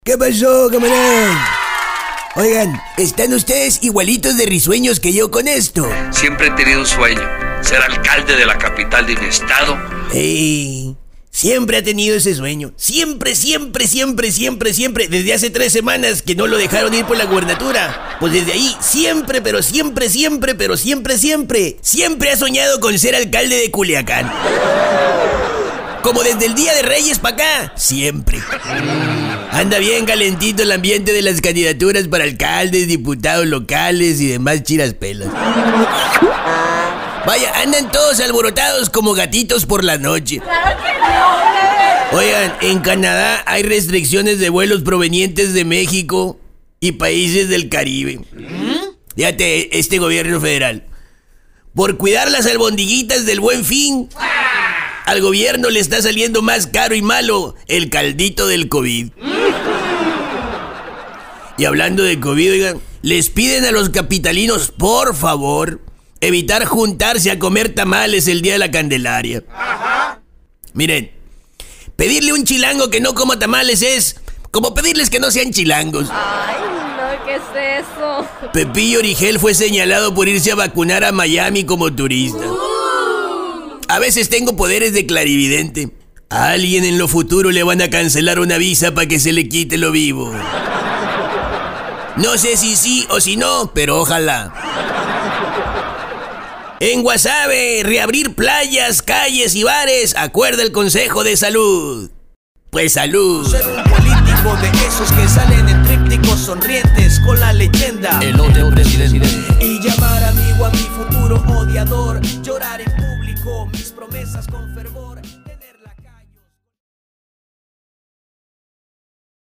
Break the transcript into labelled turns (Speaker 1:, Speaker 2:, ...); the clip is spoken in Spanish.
Speaker 1: ¿Qué pasó, camarada? Oigan, están ustedes igualitos de risueños que yo con esto.
Speaker 2: Siempre he tenido un sueño, ser alcalde de la capital de un estado.
Speaker 1: Siempre ha tenido ese sueño. Siempre. Desde hace 3 semanas que no lo dejaron ir por la gubernatura. Pues desde ahí, siempre ha soñado con ser alcalde de Culiacán. Como desde el Día de Reyes para acá, siempre. Anda bien calentito el ambiente de las candidaturas para alcaldes, diputados locales y demás chiraspelas. Vaya, andan todos alborotados como gatitos por la noche.
Speaker 3: ¡Claro que no!
Speaker 1: Oigan, en Canadá hay restricciones de vuelos provenientes de México y países del Caribe. Fíjate, este gobierno federal, por cuidar las albondiguitas del Buen Fin, al gobierno le está saliendo más caro y malo el caldito del COVID. Y hablando de COVID, oigan, les piden a los capitalinos, por favor, evitar juntarse a comer tamales el día de la Candelaria. Miren, pedirle a un chilango que no coma tamales es como pedirles que no sean chilangos.
Speaker 3: Ay, no, ¿qué es eso?
Speaker 1: Pepillo Origel fue señalado por irse a vacunar a Miami como turista. A veces tengo poderes de clarividente. A alguien en lo futuro le van a cancelar una visa para que se le quite lo vivo. No sé si sí o si no, pero ojalá. En Guasave, reabrir playas, calles y bares, acuerda el Consejo de Salud. Pues salud.
Speaker 4: Ser un político de esos que salen en trípticos sonrientes con la leyenda
Speaker 1: El otro presidente.
Speaker 4: y llamar amigo a mi futuro odiador, llorar en público mis promesas con fervor.